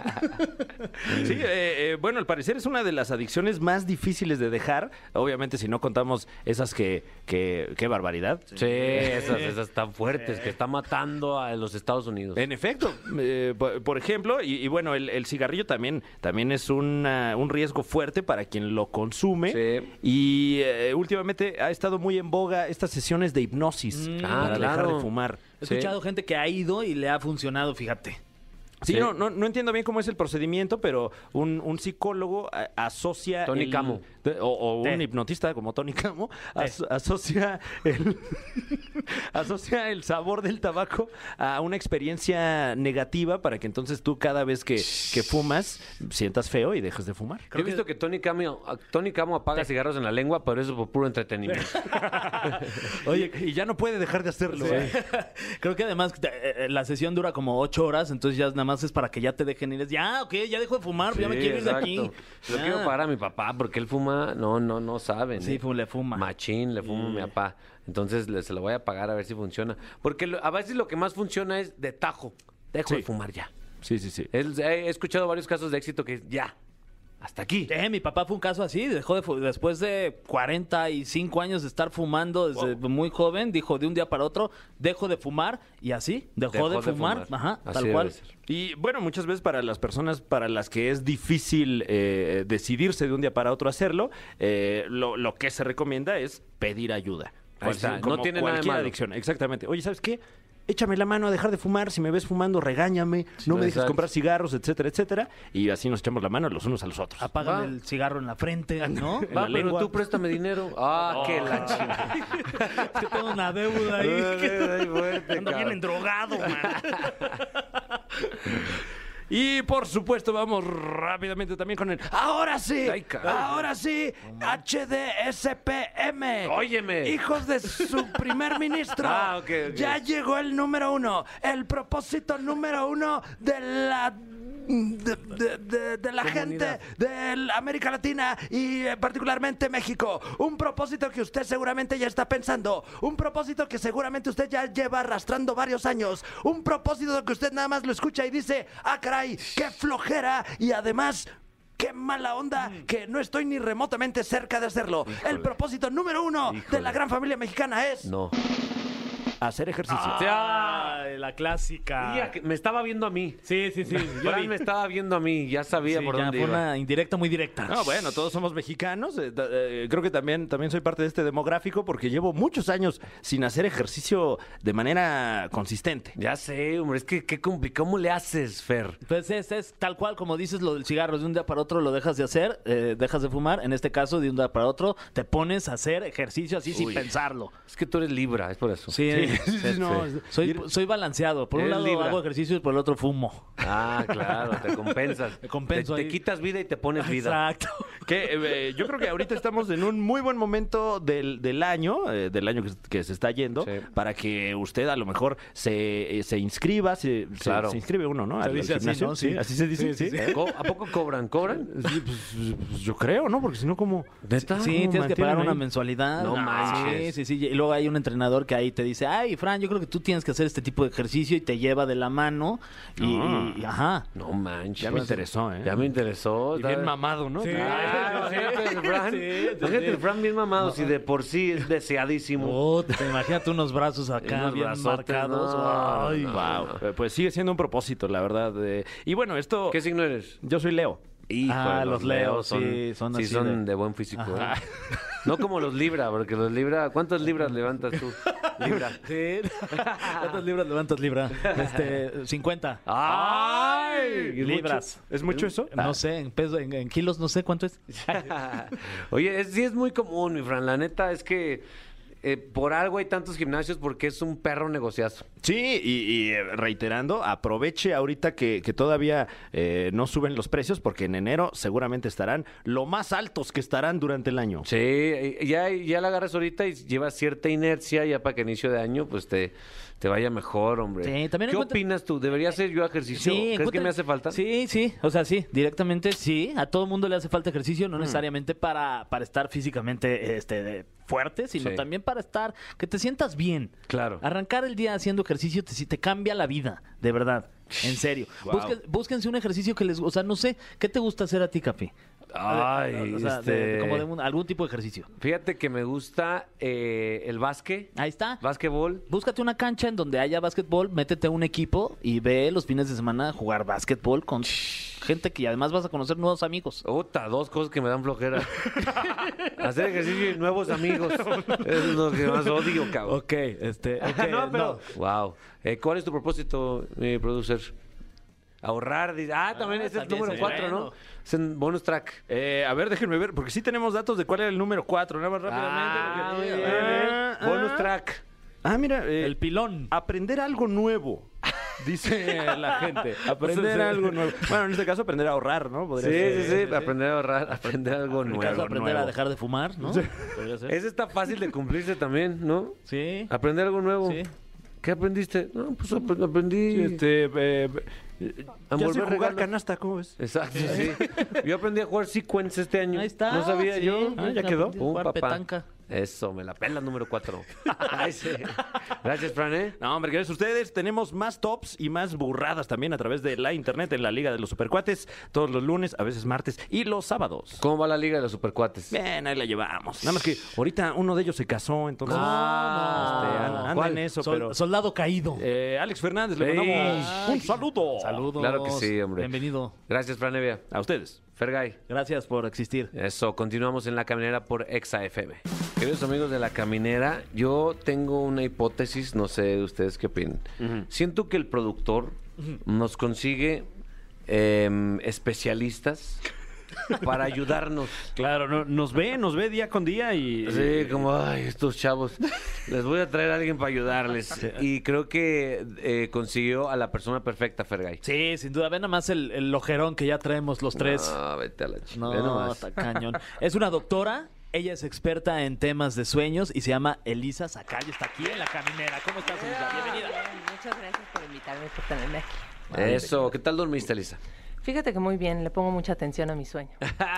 Sí, eh, eh, bueno, al parecer es una de las adicciones más difíciles de dejar. Obviamente, si no contamos esas que, que qué barbaridad. Sí, esas, esas tan fuertes que está matando a los Estados Unidos. En efecto, eh, por, por ejemplo, y, y bueno, el, el cigarrillo también, también es una- un riesgo fuerte para quien lo consume. Sí. Y eh, últimamente ha estado muy en boga estas sesiones de hipnosis Mm. para Ah, dejar claro. de fumar. He Sí. escuchado gente que ha ido y le ha funcionado, fíjate. Sí, Sí. No, no, no entiendo bien cómo es el procedimiento, pero un, un psicólogo a- asocia... Tony el- Camo. de- O, o un Te. hipnotista como Tony Camo, as- asocia, el, asocia el sabor del tabaco a una experiencia negativa para que entonces tú cada vez que, que fumas sientas feo y dejes de fumar. Yo he visto que Tony Camo, Tony Camo apaga cigarros en la lengua, pero eso es por puro entretenimiento. Oye, y ya no puede dejar de hacerlo. ¿eh? Creo que además eh, eh, la sesión dura como ocho horas, entonces ya nada más es para que ya te dejen ir. Ya, ok, ya dejo de fumar, ya me Sí, quiero ir de exacto. aquí. Lo Ya. quiero pagar a mi papá porque él fuma, no, no, no saben. Sí, ¿eh? fu- le fuma. Machín, le fuma a mi papá. Entonces le, se lo voy a pagar a ver si funciona. Porque lo- a veces lo que más funciona es de tajo. Dejo Sí. de fumar ya. Sí, sí, sí. Es- He escuchado varios casos de éxito que ya, hasta aquí. Eh, mi papá fue un caso así, dejó de fu- después de cuarenta y cinco años de estar fumando desde muy joven, dijo de un día para otro, dejo de fumar y así, dejó, Dejó de, de fumar, fumar. ajá, Así tal debe cual. ser. Y bueno, muchas veces para las personas para las que es difícil eh, decidirse de un día para otro hacerlo, eh, lo, lo que se recomienda es pedir ayuda. Ahí está, Como no tiene nada de cualquier malo. adicción, exactamente. Oye, ¿sabes qué? Échame la mano a dejar de fumar, si me ves fumando, regáñame, no me dejes exacto. comprar cigarros, etcétera, etcétera. Y así nos echamos la mano los unos a los otros. Apagan Va. el cigarro en la frente, ¿no? En Va, la pero lengua. tú préstame dinero. Ah, qué la chingada. Es que tengo una deuda ahí. Ay, fuerte, Ando bien cabrón. endrogado, man. Y por supuesto, vamos rápidamente también con el. Ahora sí, Ay, caray. ahora sí, H D S P M. Óyeme. Hijos de su primer ministro. Ah, ok, ok. Ya llegó el número uno, el propósito número uno de la... De, de- de- de la gente de la América Latina y eh, particularmente México. Un propósito que usted seguramente ya está pensando. Un propósito que seguramente usted ya lleva arrastrando varios años. Un propósito que usted nada más lo escucha y dice, ah, caray, qué flojera. Y además... ¡Qué mala onda! Que no estoy ni remotamente cerca de hacerlo. El propósito número uno de la gran familia mexicana es... No. Hacer ejercicio. Ay, la clásica. Mira, que me estaba viendo a mí. Sí, sí, sí. Yo Fran vi. me estaba viendo a mí. Ya sabía Sí, por ya dónde fue iba. una indirecta muy directa. No, bueno, todos somos mexicanos. eh, ta- eh, creo que también, también soy parte de este demográfico porque llevo muchos años sin hacer ejercicio de manera consistente. Ya sé, hombre. Es que qué complicado. ¿Cómo le haces, Fer? Pues es, es tal cual como dices lo del cigarro, de un día para otro lo dejas de hacer, eh, dejas de fumar, en este caso de un día para otro te pones a hacer ejercicio así sin pensarlo. Es que tú eres Libra, es por eso. Sí, sí, sí, no, sí. Soy, soy balanceado, por un Eres lado Libra. hago ejercicio y por el otro fumo. Ah, claro, te compensas. Me compenso te, ahí. te quitas vida y te pones vida. Exacto. Que eh, yo creo que ahorita estamos en un muy buen momento del, del año, eh, del año que, que se está yendo, Sí. para que usted a lo mejor se, eh, se inscriba, se, se- Claro. se inscribe uno, ¿no? Se Al- al dice así, gimnasio. ¿no? Sí, Sí. así se dice. Sí, Sí, sí, sí. Co- ¿A poco cobran? ¿Cobran? Sí, pues, pues, yo creo, ¿no? Porque si no, ¿cómo? ¿Neta? Sí, tienes que mantienen pagar una ahí? mensualidad. No Ah, manches. Sí, sí, sí. Y luego hay un entrenador que ahí te dice, ay, Fran, yo creo que tú tienes que hacer este tipo de ejercicio y te lleva de la mano. Y, Ah. y- ajá. No manches. Ya me interesó, ¿eh? Ya me interesó. Y bien Está- mamado, ¿no? Ah, imagínate el Fran. Sí, sí, Imagínate sí. el Fran bien mamado, si de por sí es deseadísimo. Oh, te imagínate unos brazos acá Unos bien brazotes, marcados. no, Ay, no. Wow. Pues sigue siendo un propósito, la verdad. eh. Y bueno, esto. ¿Qué signo eres? Yo soy Leo. Hijo, Ah, los Leos, sí, son sí, así son de- de... buen físico. Ajá. ¿eh? No como los Libra, porque los Libra... ¿Cuántas libras levantas tú? Libra. Sí. ¿Cuántas libras levantas, Libra? Este, cincuenta. ¡Ay! Libras. ¿Es mucho eso? No sé, en peso, en, en kilos, no sé cuánto es. Oye, es, sí es muy común, mi Fran. La neta es que eh, por algo hay tantos gimnasios porque es un perro negociazo. Sí, y, y, eh, reiterando, aproveche ahorita que, que todavía eh, no suben los precios, porque en enero seguramente estarán lo más altos que estarán durante el año. Sí, y- ya, ya la agarras ahorita y llevas cierta inercia ya para que a inicio de año pues te, te vaya mejor, hombre. Sí, también ¿Qué encuentra- opinas tú? ¿Debería hacer yo ejercicio? ¿Crees que encuentra- me hace falta? Sí, sí, o sea, sí, directamente sí. A todo mundo le hace falta ejercicio, Mm. no necesariamente para, para estar físicamente este, de- fuerte, sino Sí. también para estar, que te sientas bien. Claro. Arrancar el día haciendo ejercicio te, te cambia la vida, de verdad, en serio. Wow. Busquen- búsquense un ejercicio que les, o sea, no sé, ¿qué te gusta hacer a ti, Capi? Ay, o sea, de- este... como de un- algún tipo de ejercicio. Fíjate que me gusta eh, el básquet, Ahí está. básquetbol. Búscate una cancha en donde haya básquetbol, métete a un equipo y ve los fines de semana jugar básquetbol con gente que además vas a conocer nuevos amigos. Otra, dos cosas que me dan flojera. Hacer ejercicio y nuevos amigos. Es lo que más odio, cabrón. Ok, este. no, pero... Wow. Eh, ¿Cuál es tu propósito, mi producer? Ahorrar. dice- Ah, también Ah, ese es el también número sí, cuatro, bueno. ¿no? Es en bonus track. Eh, a ver, déjenme ver, porque sí tenemos datos de cuál era el número cuatro, nada más rápidamente. Ah, porque- muy bien, Ah, eh. Bonus ah. track. Ah, mira, eh, El pilón. aprender algo nuevo, dice la gente. Aprender algo nuevo. Bueno, en este caso, aprender a ahorrar, ¿no? Sí, Podría sí, ser. sí, aprender a ahorrar, aprender algo En el caso de nuevo. aprender nuevo. a dejar de fumar, ¿no? Podría ser. Ese está fácil de cumplirse también, ¿no? Sí. Aprender algo nuevo. Sí. ¿Qué aprendiste? No, pues ap- aprendí Sí, este, eh, a ya sé envolver jugar regalos. canasta, ¿cómo ves? Exacto, sí. Yo aprendí a jugar sequence este año. Ahí está. No sabía sí. yo. Ah, ya quedó. aprendí a Pum, jugar papá. petanca. Eso, me la pela número cuatro. Ay, sí. Gracias, Fran, ¿eh? No, hombre, gracias a ustedes. Tenemos más tops y más burradas también a través de la internet en la Liga de los Supercuates. Todos los lunes, a veces martes y los sábados. ¿Cómo va la liga de los supercuates? Bien, ahí la llevamos. Nada más que ahorita uno de ellos se casó, entonces Ah, este, an- anda ¿cuál? en eso, Sol- pero... Soldado caído. Eh, Alex Fernández, le Ey. mandamos un saludo. Saludos. Claro que sí, hombre. Bienvenido. Gracias, Fran Evia. A ustedes. Fergay. Gracias por existir. Eso, continuamos en La Caminera por Exa F M. Queridos amigos de La Caminera, yo tengo una hipótesis, no sé ustedes qué opinan. Uh-huh. Siento que el productor uh-huh. nos consigue eh, especialistas para ayudarnos. Claro, no, nos ve, nos ve día con día y... Sí, como, ay, estos chavos, les voy a traer a alguien para ayudarles. Sí. Y creo que eh, consiguió a la persona perfecta, Fergay. Sí, sin duda. Ve nomás el, el ojerón que ya traemos los tres. No, vete a la chica. No, está cañón. Es una doctora, ella es experta en temas de sueños y se llama Elisa Sacayo. Está aquí en La Caminera. ¿Cómo estás, Elisa? Bienvenida. Bien, muchas gracias por invitarme, por tenerme aquí. Vale, Eso, ¿qué tal dormiste, Elisa? Fíjate que muy bien, le pongo mucha atención a mi sueño.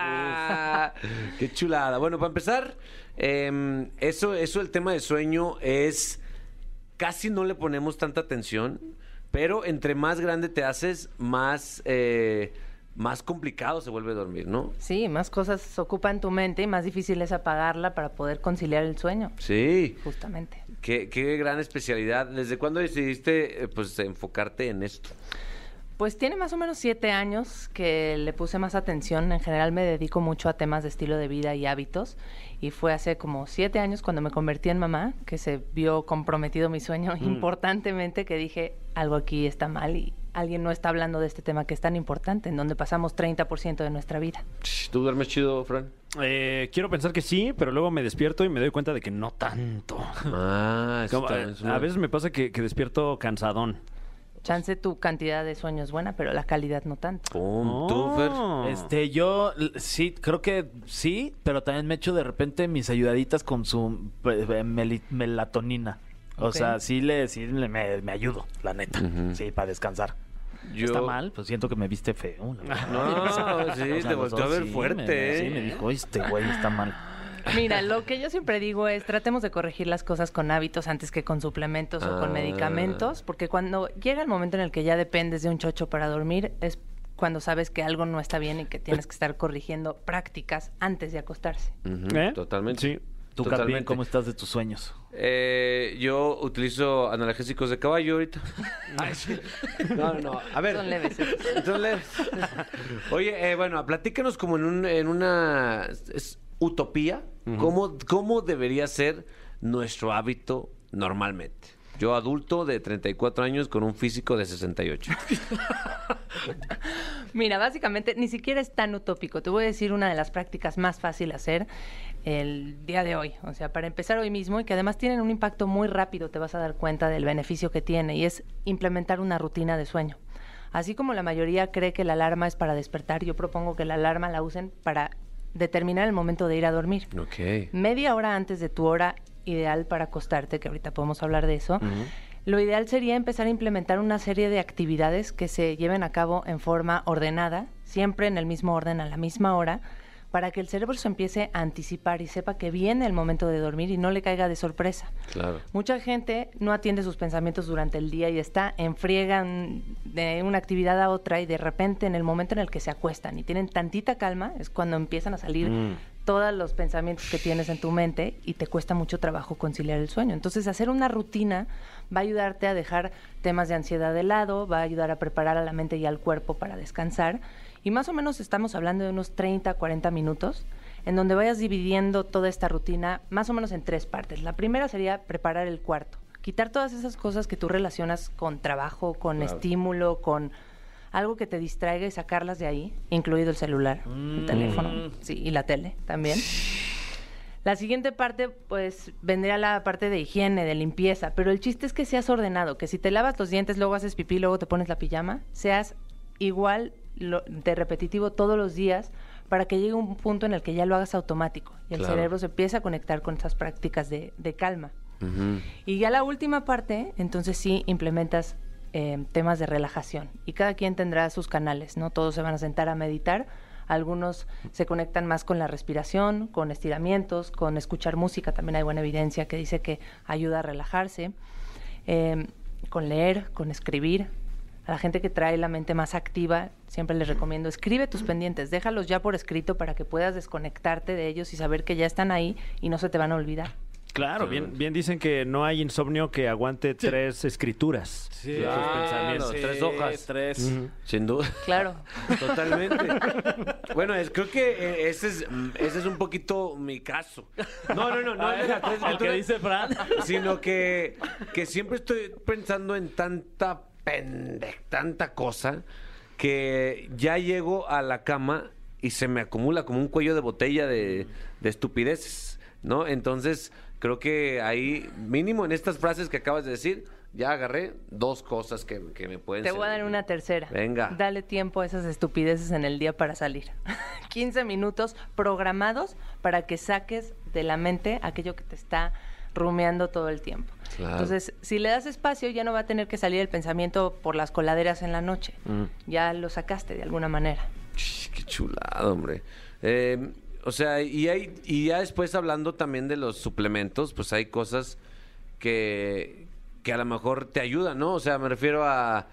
Qué chulada. Bueno, para empezar, eh, eso, eso, el tema de sueño es... Casi no le ponemos tanta atención, pero entre más grande te haces, más, eh, más complicado se vuelve dormir, ¿no? Sí, más cosas ocupan tu mente y más difícil es apagarla para poder conciliar el sueño. Sí. Justamente. Qué, qué gran especialidad. ¿Desde cuándo decidiste, eh, pues, enfocarte en esto? Pues tiene más o menos siete años que le puse más atención. En general me dedico mucho a temas de estilo de vida y hábitos. Y fue hace como siete años cuando me convertí en mamá, que se vio comprometido mi sueño mm. importantemente, que dije, algo aquí está mal y alguien no está hablando de este tema que es tan importante, en donde pasamos treinta por ciento de nuestra vida. ¿Tú duermes chido, Fran? Eh, quiero pensar que sí, pero luego me despierto y me doy cuenta de que no tanto. Ah, Como, está, eh, una... A veces me pasa que, que despierto cansadón. Chance tu cantidad de sueño es buena, pero la calidad no tanto. Pum, ¿tú, Fer? Este, yo l- sí, creo que sí, pero también me echo de repente mis ayudaditas con su eh, meli- melatonina. O Ok. sea, sí le, sí le- me, me ayudo, la neta. Ujú. Sí, para descansar. Yo- Está mal, pues siento que me viste feo. la verdad. No, sí, O sea, te los volteó dos, a ver sí, fuerte, me- ¿eh? Sí, me dijo, este güey está mal. Mira, lo que yo siempre digo es tratemos de corregir las cosas con hábitos antes que con suplementos o con Ah. medicamentos, porque cuando llega el momento en el que ya dependes de un chocho para dormir, es cuando sabes que algo no está bien y que tienes que estar corrigiendo prácticas antes de acostarse. Ujú, ¿Eh? Totalmente. Sí. Tú, Totalmente. Capi, ¿cómo estás de tus sueños? Eh, yo utilizo analgésicos de caballo ahorita. Ay, sí. No, no, no. A ver. Son leves. Son leves. Oye, eh, bueno, platícanos como en, un, en una es utopía. Uh-huh. ¿Cómo, ¿Cómo debería ser nuestro hábito normalmente? Yo adulto de treinta y cuatro años con un físico de sesenta y ocho. Mira, básicamente ni siquiera es tan utópico. Te voy a decir una de las prácticas más fáciles de hacer el día de hoy. O sea, para empezar hoy mismo y que además tienen un impacto muy rápido, te vas a dar cuenta del beneficio que tiene y es implementar una rutina de sueño. Así como la mayoría cree que la alarma es para despertar, yo propongo que la alarma la usen para determinar el momento de ir a dormir. Ok. Media hora antes de tu hora ideal para acostarte, que ahorita podemos hablar de eso, Uh-huh. lo ideal sería empezar a implementar una serie de actividades que se lleven a cabo en forma ordenada, siempre en el mismo orden, a la misma hora, para que el cerebro se empiece a anticipar y sepa que viene el momento de dormir y no le caiga de sorpresa. Claro. Mucha gente no atiende sus pensamientos durante el día y está en friega en- de una actividad a otra y de repente en el momento en el que se acuestan y tienen tantita calma es cuando empiezan a salir Mm. todos los pensamientos que tienes en tu mente y te cuesta mucho trabajo conciliar el sueño. Entonces, hacer una rutina va a ayudarte a dejar temas de ansiedad de lado, va a ayudar a preparar a la mente y al cuerpo para descansar. Y más o menos estamos hablando de unos treinta, cuarenta minutos en donde vayas dividiendo toda esta rutina más o menos en tres partes. La primera sería preparar el cuarto. Quitar todas esas cosas que tú relacionas con trabajo, con Claro. estímulo, con algo que te distraiga y sacarlas de ahí, incluido el celular, el teléfono, sí, y la tele también. La siguiente parte, pues, vendría la parte de higiene, de limpieza, pero el chiste es que seas ordenado, que si te lavas los dientes, luego haces pipí, luego te pones la pijama, seas igual lo- de repetitivo todos los días para que llegue un punto en el que ya lo hagas automático y el Claro. cerebro se empieza a conectar con esas prácticas de, de calma. Ujú. Y ya la última parte, entonces sí implementas eh, temas de relajación. Y cada quien tendrá sus canales, ¿no? Todos se van a sentar a meditar. Algunos se conectan más con la respiración, con estiramientos, con escuchar música. También hay buena evidencia que dice que ayuda a relajarse. Eh, con leer, con escribir. A la gente que trae la mente más activa, siempre les recomiendo, escribe tus pendientes, déjalos ya por escrito para que puedas desconectarte de ellos y saber que ya están ahí y no se te van a olvidar. Claro, bien, bien dicen que no hay insomnio que aguante sí. tres escrituras. Sí, sus pensamientos. Sí, tres hojas. Tres. Uh-huh. Sin duda. Claro. Totalmente. Bueno, es, creo que eh, ese es, ese es un poquito mi caso. No, no, no, no es de la tres El que lecturas, dice Fran. sino que, que siempre estoy pensando en tanta pende, tanta cosa, que ya llego a la cama y se me acumula como un cuello de botella de, de estupideces, ¿no? Entonces, creo que ahí, mínimo en estas frases que acabas de decir, ya agarré dos cosas que, que me pueden Te voy a dar servir. una tercera. Venga. Dale tiempo a esas estupideces en el día para salir. quince minutos programados para que saques de la mente aquello que te está rumiando todo el tiempo. Claro. Entonces, si le das espacio, ya no va a tener que salir el pensamiento por las coladeras en la noche. Mm. Ya lo sacaste de alguna manera. Ch, qué chulado, hombre. Eh, o sea, y hay y ya después hablando también de los suplementos, pues hay cosas que, que a lo mejor te ayudan, ¿no? O sea, me refiero a,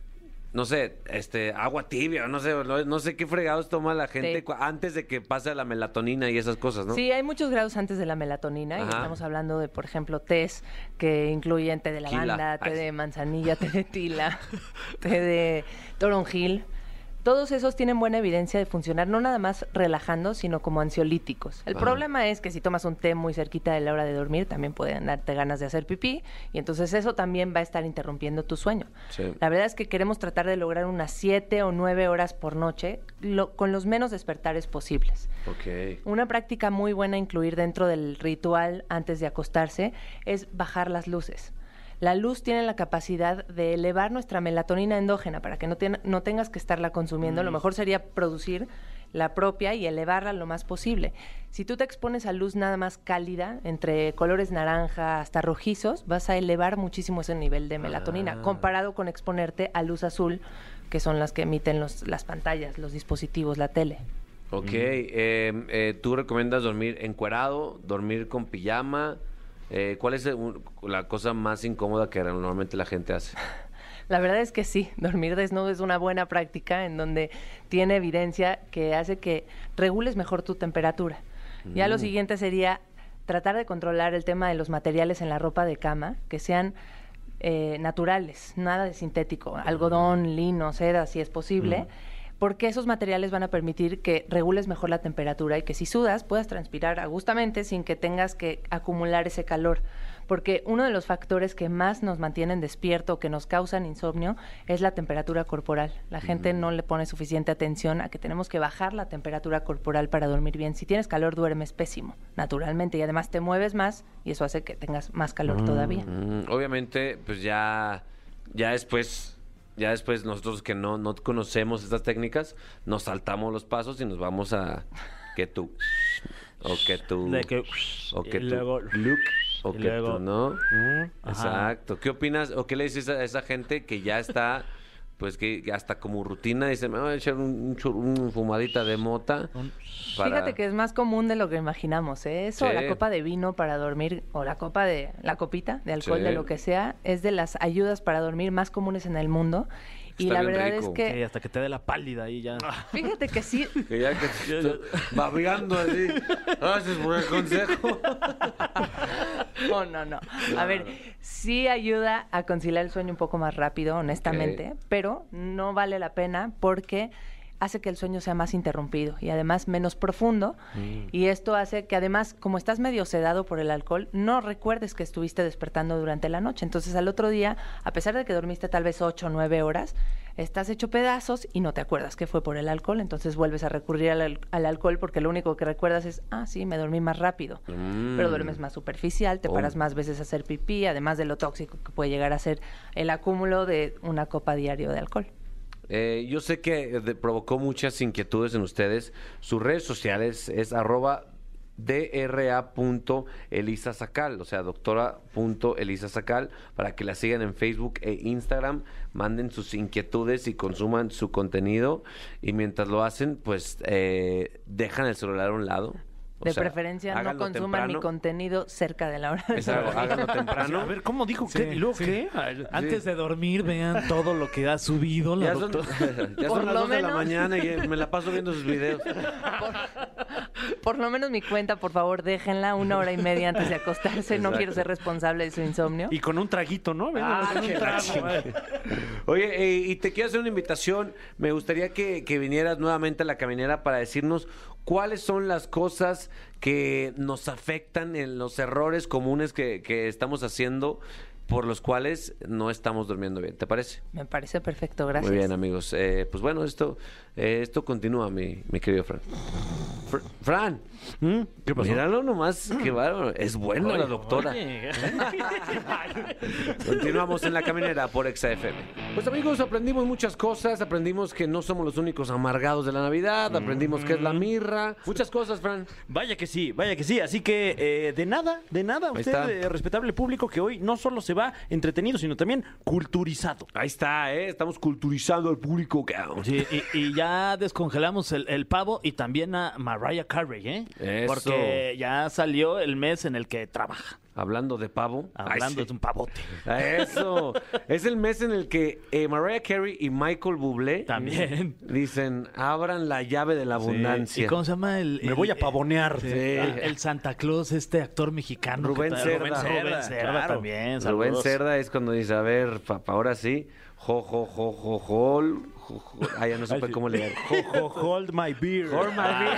no sé, este, agua tibia, no sé, no, no sé qué fregados toma la gente Sí. cu- antes de que pase la melatonina y esas cosas, ¿no? Sí, hay muchos grados antes de la melatonina y Ajá. estamos hablando de, por ejemplo, tés que incluyen té de lavanda, Quila. té Ay, de sí. manzanilla, té de tila, té de toronjil. Todos esos tienen buena evidencia de funcionar, no nada más relajando, sino como ansiolíticos. El Ajá. problema es que si tomas un té muy cerquita de la hora de dormir, también pueden darte ganas de hacer pipí, y entonces eso también va a estar interrumpiendo tu sueño. Sí. La verdad es que queremos tratar de lograr unas siete o nueve horas por noche lo- con los menos despertares posibles. Ok. Una práctica muy buena a incluir dentro del ritual antes de acostarse es bajar las luces. La luz tiene la capacidad de elevar nuestra melatonina endógena para que no, ten- no tengas que estarla consumiendo. Lo mejor sería producir la propia y elevarla lo más posible. Si tú te expones a luz nada más cálida, entre colores naranja hasta rojizos, vas a elevar muchísimo ese nivel de melatonina, Ah. comparado con exponerte a luz azul, que son las que emiten los, las pantallas, los dispositivos, la tele. Ok. Eh, eh, ¿tú recomiendas dormir encuerado, dormir con pijama? Eh, ¿Cuál es el- un- la cosa más incómoda que normalmente la gente hace? La verdad es que sí, dormir desnudo es una buena práctica en donde tiene evidencia que hace que regules mejor tu temperatura. Ya lo Mm. siguiente sería tratar de controlar el tema de los materiales en la ropa de cama, que sean eh, naturales, nada de sintético, algodón, lino, seda, si es posible, porque esos materiales van a permitir que regules mejor la temperatura y que si sudas puedas transpirar a gustamente sin que tengas que acumular ese calor. Porque uno de los factores que más nos mantienen despierto, que nos causan insomnio, es la temperatura corporal. La gente no le pone suficiente atención a que tenemos que bajar la temperatura corporal para dormir bien. Si tienes calor, duermes pésimo, naturalmente, y además te mueves más y eso hace que tengas más calor todavía. Mm, obviamente, pues ya, ya después, ya después nosotros que no, no conocemos estas técnicas, nos saltamos los pasos y nos vamos a que tú, o que tú, De que- o que y tú, luego- look, o y que luego- tú, ¿no? Ajá. Exacto. ¿Qué opinas o qué le dices a esa gente que ya está, pues que hasta como rutina dice, me voy a echar un, un, chur- un fumadita de mota? para- Fíjate que es más común de lo que imaginamos, ¿eh? Eso, Sí. la copa de vino para dormir, o la copa de, la copita de alcohol, Sí. de lo que sea, es de las ayudas para dormir más comunes en el mundo. Y Está la bien verdad rico. es que, Sí, hasta que te dé la pálida ahí ya. fíjate que sí, Que ya que te estoy babeando así. Gracias por el consejo. no, no, no. A ver, sí ayuda a conciliar el sueño un poco más rápido, honestamente, Ok. pero no vale la pena porque hace que el sueño sea más interrumpido y además menos profundo. Y esto hace que además, como estás medio sedado por el alcohol, no recuerdes que estuviste despertando durante la noche. Entonces al otro día, a pesar de que dormiste tal vez ocho o nueve horas, estás hecho pedazos y no te acuerdas que fue por el alcohol. Entonces vuelves a recurrir al, al- al alcohol porque lo único que recuerdas es, ah, sí, me dormí más rápido. Mm. Pero duermes más superficial, te Oh. paras más veces a hacer pipí, además de lo tóxico que puede llegar a ser el acúmulo de una copa diario de alcohol. Eh, yo sé que de- provocó muchas inquietudes en ustedes. Sus redes sociales es arroba dra.elisasacal, o sea, doctora.elisasacal, para que la sigan en Facebook e Instagram, manden sus inquietudes y consuman su contenido. Y mientras lo hacen, pues eh, dejan el celular a un lado. O De sea, preferencia, no háganlo consuman mi temprano. contenido cerca de la hora de Exacto, dormir. háganlo temprano. A ver, ¿cómo dijo? Sí, ¿Qué? ¿Y luego sí. qué? Antes de dormir, vean todo lo que ha subido la Ya son, doctora. ya Por son las lo dos de la menos. mañana y me la paso viendo sus videos. por lo menos mi cuenta, por favor, déjenla una hora y media antes de acostarse. No Exacto. quiero ser responsable de su insomnio. Y con un traguito, ¿no? Ah, Con un qué trago, la eh. Oye, eh, y te quiero hacer una invitación. Me gustaría que, que vinieras nuevamente a La Caminera para decirnos cuáles son las cosas que nos afectan en los errores comunes que, que estamos haciendo por los cuales no estamos durmiendo bien. ¿Te parece? Me parece perfecto, gracias. Muy bien, amigos. Eh, pues bueno, esto eh, esto continúa, mi, mi querido Fran. Fr- Fran, ¿Mm? ¿Qué pasó? míralo nomás, qué bárbaro. Es buena la doctora. Oye. Continuamos en La Caminera por Exa F M. Pues amigos, aprendimos muchas cosas. Aprendimos que no somos los únicos amargados de la Navidad. Aprendimos qué es la mirra. Muchas cosas, Fran. Vaya que sí, vaya que sí. Así que eh, de nada, de nada, Ahí usted, está. eh, respetable público, que hoy no solo se va entretenido, sino también culturizado. Ahí está, ¿eh? Estamos culturizando al público. cabrón. Sí, y, y ya descongelamos el, el pavo y también a Mariah Carey, ¿eh? Eso. Porque ya salió el mes en el que trabaja. Hablando de pavo. Hablando Ay, de un pavote. sí. Eso. Es el mes en el que eh, Mariah Carey y Michael Bublé También. dicen, abran la llave de la abundancia. ¿Y cómo se llama el...? Me el- voy a pavonear. Sí, Sí. El Santa Claus, este actor mexicano. Rubén que ta- Cerda. Rubén Cerda, Rubén Cerda, Cerda claro. también. Rubén saludos. Cerda es cuando dice, a ver, papá, ahora sí. Jo, jo, jo, jo, jol, jo, jo. Ah, ya no supe cómo leer. Jo, Ho, ho, hold my beer. Hold my beer.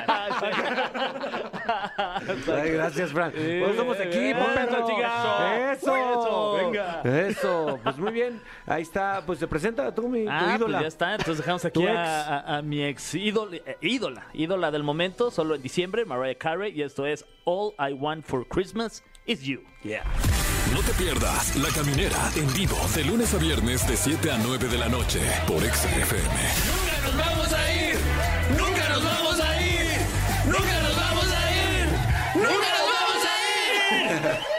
Ay, gracias, Fran. Pues somos equipo, Eso, perro. chica. Eso. Eso. Venga. Eso. Pues muy bien. Ahí está. Pues se presenta tú, mi tu Ah, pues ídola. ya está. Entonces dejamos aquí Tu ex. a, a- a mi ex ídola, eh, ídola, ídola del momento, solo en diciembre, Mariah Carey, y esto es All I Want for Christmas is You. Yeah. No te pierdas La Caminera en vivo de lunes a viernes de siete a nueve de la noche por Exa F M. ¡Nunca nos vamos a ir! ¡Nunca nos vamos a ir! ¡Nunca nos vamos a ir! ¡Nunca nos vamos a ir!